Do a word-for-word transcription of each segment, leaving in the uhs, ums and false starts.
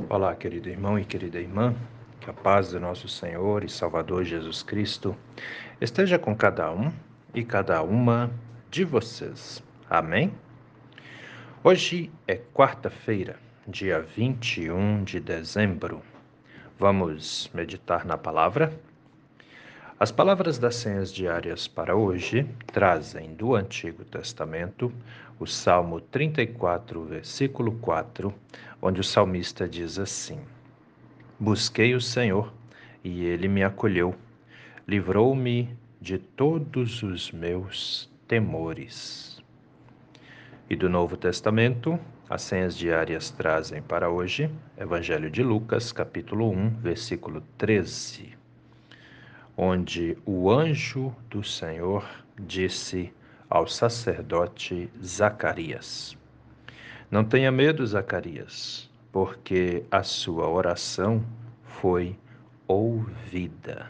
Olá, querido irmão e querida irmã, que a paz do nosso Senhor e Salvador Jesus Cristo esteja com cada um e cada uma de vocês. Amém? Hoje é quarta-feira, dia vinte e um de dezembro. Vamos meditar na palavra? As palavras das senhas diárias para hoje trazem do Antigo Testamento o Salmo trinta e quatro, versículo quatro, onde o salmista diz assim: Busquei o Senhor, e ele me acolheu, livrou-me de todos os meus temores. E do Novo Testamento, as senhas diárias trazem para hoje, Evangelho de Lucas, capítulo um, versículo treze, onde o anjo do Senhor disse ao sacerdote Zacarias: Não tenha medo, Zacarias, porque a sua oração foi ouvida.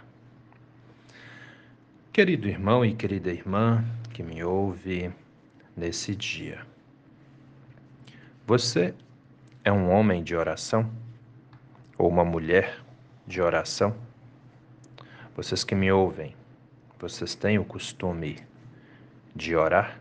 Querido irmão e querida irmã que me ouve nesse dia, você é um homem de oração ou uma mulher de oração? Vocês que me ouvem, vocês têm o costume de orar?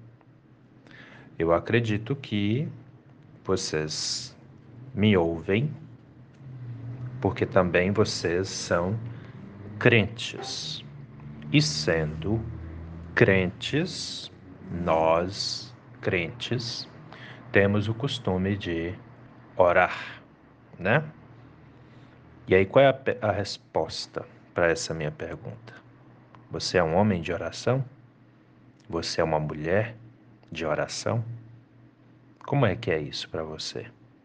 Eu acredito que vocês me ouvem porque também vocês são crentes. E sendo crentes, nós, crentes, temos o costume de orar, né? E aí, qual é a, a resposta para essa minha pergunta? Você é um homem de oração? Você é uma mulher de oração? Como é que é isso para você?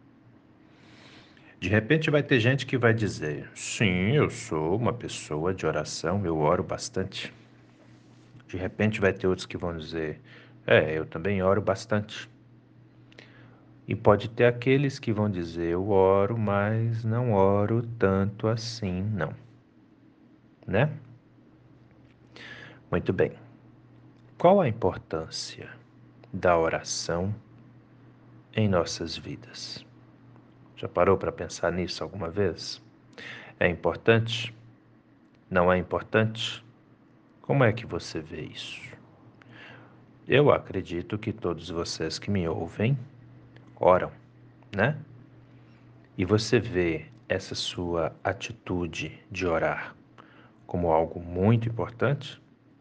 De repente vai ter gente que vai dizer: sim, eu sou uma pessoa de oração, eu oro bastante. De repente vai ter outros que vão dizer: é, eu também oro bastante. E pode ter aqueles que vão dizer: eu oro, mas não oro tanto assim, não. Né? Muito bem. Qual a importância da oração em nossas vidas? Já parou para pensar nisso alguma vez? É importante? Não é importante? Como é que você vê isso? Eu acredito que todos vocês que me ouvem oram, né? E você vê essa sua atitude de orar como algo muito importante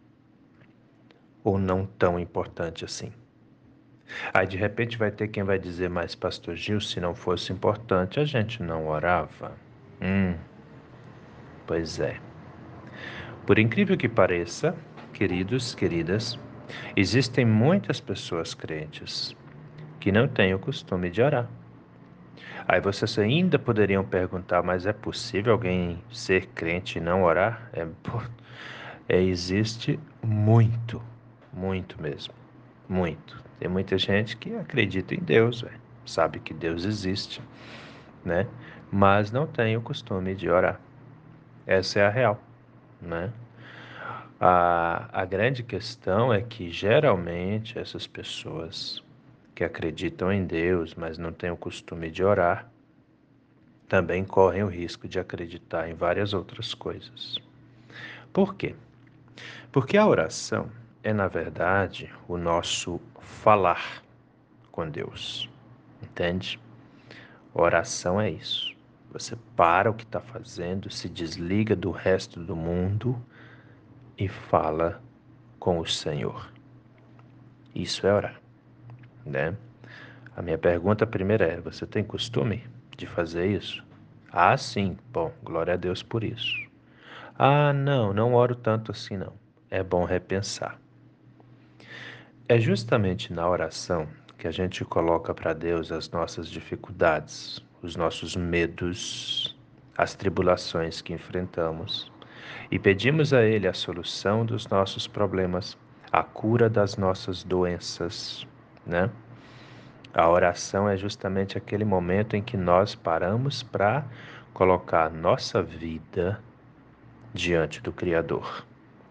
ou não tão importante assim? Aí de repente vai ter quem vai dizer: mas Pastor Gil, se não fosse importante, a gente não orava. Hum, pois é. Por incrível que pareça, queridos, queridas, existem muitas pessoas crentes que não têm o costume de orar. Aí vocês ainda poderiam perguntar: mas é possível alguém ser crente e não orar? É, pô, é, existe muito, muito mesmo, muito. Tem muita gente que acredita em Deus, véio, sabe que Deus existe, né? Mas não tem o costume de orar. Essa é a real, né? A, a grande questão é que geralmente essas pessoas que acreditam em Deus, mas não têm o costume de orar, também correm o risco de acreditar em várias outras coisas. Por quê? Porque a oração é, na verdade, o nosso falar com Deus, entende? Oração é isso. Você para o que está fazendo, se desliga do resto do mundo e fala com o Senhor. Isso é orar, né? A minha pergunta primeira é: você tem costume de fazer isso? Ah, sim. Bom, glória a Deus por isso. Ah, não, não oro tanto assim não. É bom repensar. É justamente na oração que a gente coloca para Deus as nossas dificuldades, os nossos medos, as tribulações que enfrentamos e pedimos a Ele a solução dos nossos problemas, a cura das nossas doenças, né? A oração é justamente aquele momento em que nós paramos para colocar a nossa vida diante do Criador,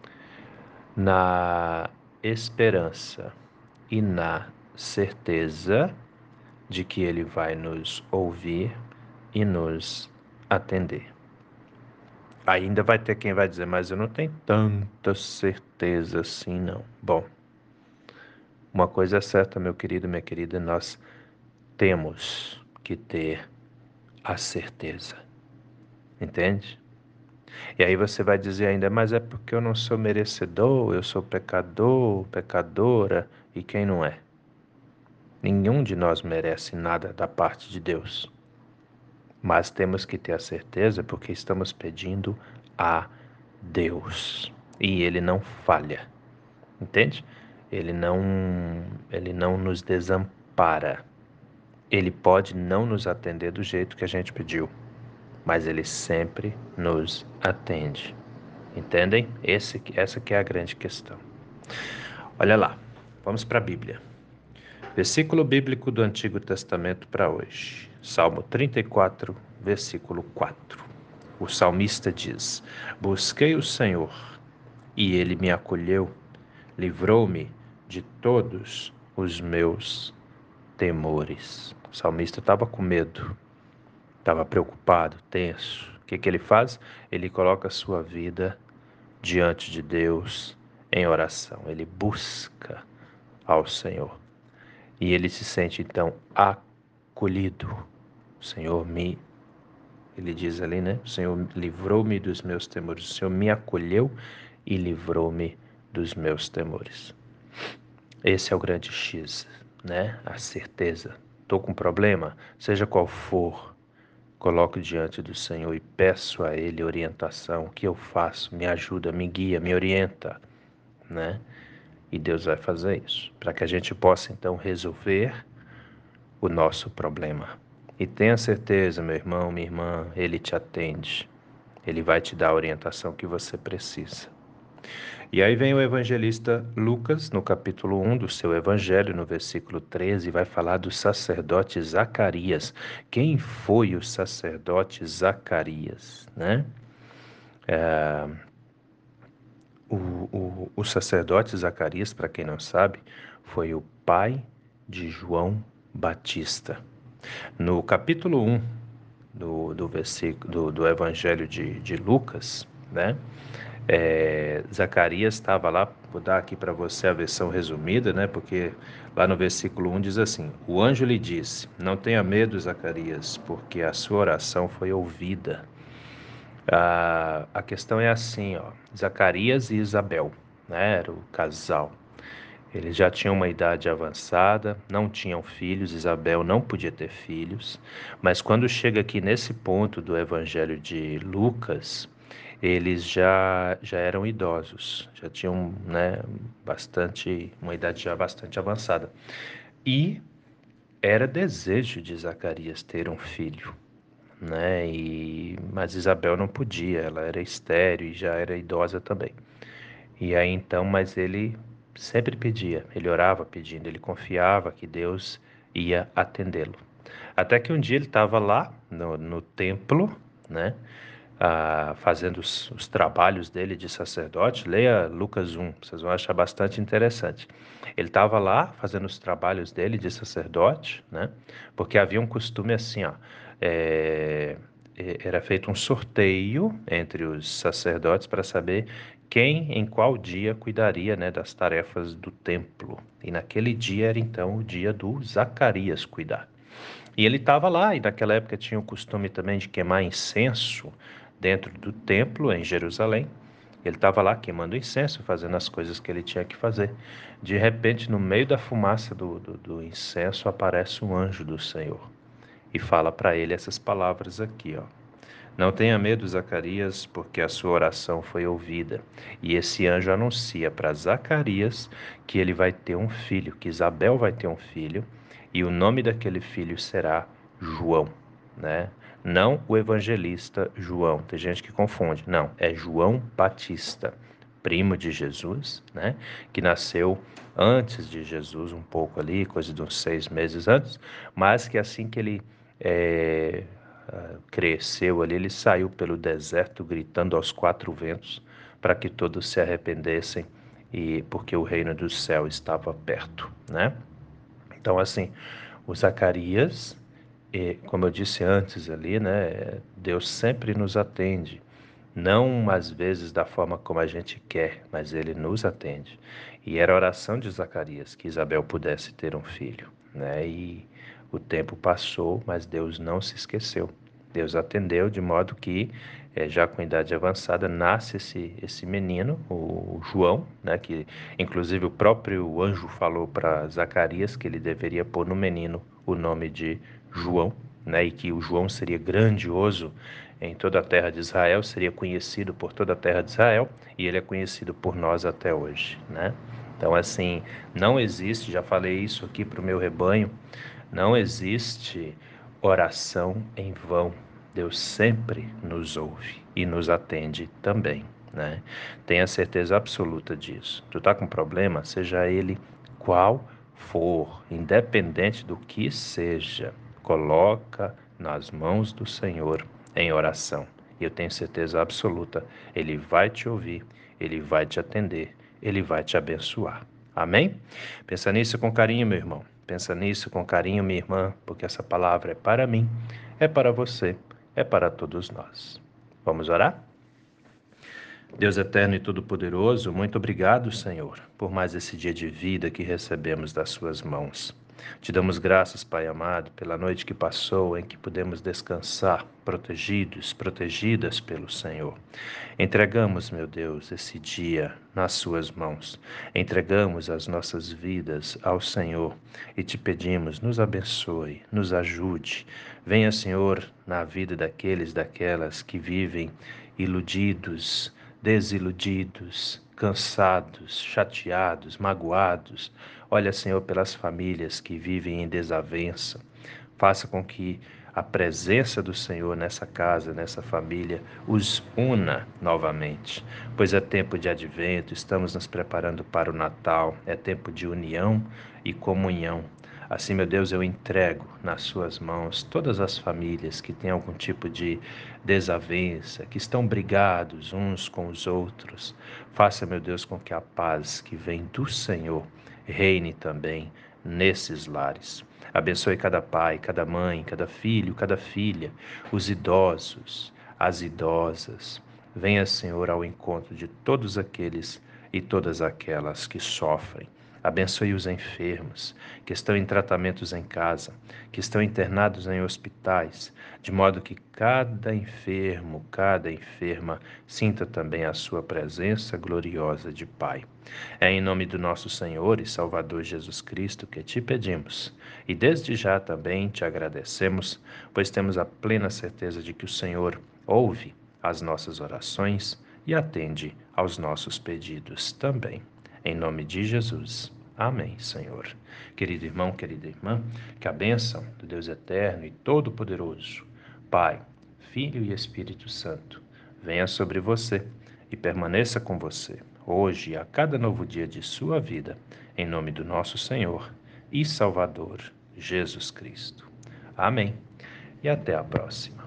na esperança e na certeza de que Ele vai nos ouvir e nos atender. Ainda vai ter quem vai dizer, mas eu não tenho tanta certeza assim, não. Bom, uma coisa é certa, meu querido, minha querida, nós temos que ter a certeza, entende? E aí você vai dizer ainda, mas é porque eu não sou merecedor, eu sou pecador, pecadora, e quem não é? Nenhum de nós merece nada da parte de Deus. Mas temos que ter a certeza porque estamos pedindo a Deus. E Ele não falha, entende? Ele não, ele não nos desampara. Ele pode não nos atender do jeito que a gente pediu, mas Ele sempre nos atende. Entendem? Esse, essa que é a grande questão. Olha lá, vamos para a Bíblia. Versículo bíblico do Antigo Testamento para hoje. Salmo trinta e quatro, versículo quatro. O salmista diz: Busquei o Senhor, e ele me acolheu, livrou-me de todos os meus temores. O salmista estava com medo, estava preocupado, tenso. O que, que ele faz? Ele coloca a sua vida diante de Deus em oração. Ele busca ao Senhor. E ele se sente então acolhido. O Senhor me, ele diz ali, né? O Senhor livrou-me dos meus temores. O Senhor me acolheu e livrou-me dos meus temores. Esse é o grande X, né? A certeza. Estou com problema, seja qual for, coloco diante do Senhor e peço a Ele orientação. O que eu faço? Me ajuda, me guia, me orienta, né? E Deus vai fazer isso, para que a gente possa então resolver o nosso problema. E tenha certeza, meu irmão, minha irmã, Ele te atende. Ele vai te dar a orientação que você precisa. E aí vem o evangelista Lucas, no capítulo um do seu evangelho, no versículo treze, vai falar do sacerdote Zacarias. Quem foi o sacerdote Zacarias, né? É, o, o, o sacerdote Zacarias, para quem não sabe, foi o pai de João Batista. No capítulo um do, do, versículo, do, do Evangelho de, de Lucas, né? É, Zacarias estava lá, vou dar aqui para você a versão resumida, né? Porque lá no versículo um diz assim: O anjo lhe disse: Não tenha medo, Zacarias, porque a sua oração foi ouvida. A, a questão é assim, ó, Zacarias e Isabel, né? Era o casal. Eles já tinham uma idade avançada, não tinham filhos, Isabel não podia ter filhos, mas quando chega aqui nesse ponto do Evangelho de Lucas, eles já, já eram idosos, já tinham, né, bastante, uma idade já bastante avançada. E era desejo de Zacarias ter um filho, né? E, mas Isabel não podia, ela era estéril e já era idosa também. E aí então, mas ele sempre pedia, ele orava pedindo, ele confiava que Deus ia atendê-lo. Até que um dia ele estava lá no, no templo, né, ah, fazendo os, os trabalhos dele de sacerdote. Leia Lucas um, vocês vão achar bastante interessante. Ele estava lá fazendo os trabalhos dele de sacerdote, né, porque havia um costume assim, ó, é, era feito um sorteio entre os sacerdotes para saber quem em qual dia cuidaria, né, das tarefas do templo. E naquele dia era então o dia do Zacarias cuidar. E ele estava lá, e naquela época tinha o costume também de queimar incenso dentro do templo em Jerusalém. Ele estava lá queimando incenso, fazendo as coisas que ele tinha que fazer. De repente, no meio da fumaça do, do, do incenso, aparece um anjo do Senhor e fala para ele essas palavras aqui, ó. Não tenha medo, Zacarias, porque a sua oração foi ouvida. E esse anjo anuncia para Zacarias que ele vai ter um filho, que Isabel vai ter um filho, e o nome daquele filho será João, né? Não o evangelista João. Tem gente que confunde. Não, é João Batista, primo de Jesus, né? Que nasceu antes de Jesus, um pouco ali, coisa de uns seis meses antes, mas que assim que ele é, cresceu ali, ele saiu pelo deserto gritando aos quatro ventos para que todos se arrependessem e porque o reino do céu estava perto, né? Então assim, o Zacarias, E, como eu disse antes ali, né, Deus sempre nos atende. Não às vezes da forma como a gente quer, mas Ele nos atende. E era a oração de Zacarias que Isabel pudesse ter um filho, né? E o tempo passou, mas Deus não se esqueceu. Deus atendeu de modo que, eh, já com idade avançada, nasce esse, esse menino, o João, né? Que inclusive o próprio anjo falou para Zacarias que ele deveria pôr no menino o nome de João, né? E que o João seria grandioso em toda a terra de Israel, seria conhecido por toda a terra de Israel, e ele é conhecido por nós até hoje, né? Então, assim, não existe, já falei isso aqui para o meu rebanho, não existe oração em vão. Deus sempre nos ouve e nos atende também, né? Tenha certeza absoluta disso. Tu tá com problema, seja ele qual for, independente do que seja, coloca nas mãos do Senhor em oração. E eu tenho certeza absoluta, Ele vai te ouvir, Ele vai te atender, Ele vai te abençoar. Amém? Pensa nisso com carinho, meu irmão. Pensa nisso com carinho, minha irmã, porque essa palavra é para mim, é para você, é para todos nós. Vamos orar? Deus eterno e todo-poderoso, muito obrigado, Senhor, por mais esse dia de vida que recebemos das Suas mãos. Te damos graças, Pai amado, pela noite que passou, em que pudemos descansar, protegidos, protegidas pelo Senhor. Entregamos, meu Deus, esse dia nas Suas mãos. Entregamos as nossas vidas ao Senhor e te pedimos, nos abençoe, nos ajude. Venha, Senhor, na vida daqueles, daquelas que vivem iludidos, desiludidos, cansados, chateados, magoados. Olha, Senhor, pelas famílias que vivem em desavença. Faça com que a presença do Senhor nessa casa, nessa família, os una novamente, pois é tempo de advento, estamos nos preparando para o Natal, é tempo de união e comunhão. Assim, meu Deus, eu entrego nas suas mãos todas as famílias que têm algum tipo de desavença, que estão brigados uns com os outros. Faça, meu Deus, com que a paz que vem do Senhor reine também nesses lares. Abençoe cada pai, cada mãe, cada filho, cada filha, os idosos, as idosas. Venha, Senhor, ao encontro de todos aqueles e todas aquelas que sofrem. Abençoe os enfermos, que estão em tratamentos em casa, que estão internados em hospitais, de modo que cada enfermo, cada enferma sinta também a sua presença gloriosa de Pai. É em nome do nosso Senhor e Salvador Jesus Cristo que te pedimos, e desde já também te agradecemos, pois temos a plena certeza de que o Senhor ouve as nossas orações e atende aos nossos pedidos também. Em nome de Jesus. Amém, Senhor. Querido irmão, querida irmã, que a bênção do Deus eterno e todo-poderoso, Pai, Filho e Espírito Santo, venha sobre você e permaneça com você, hoje e a cada novo dia de sua vida, em nome do nosso Senhor e Salvador, Jesus Cristo. Amém. E até a próxima.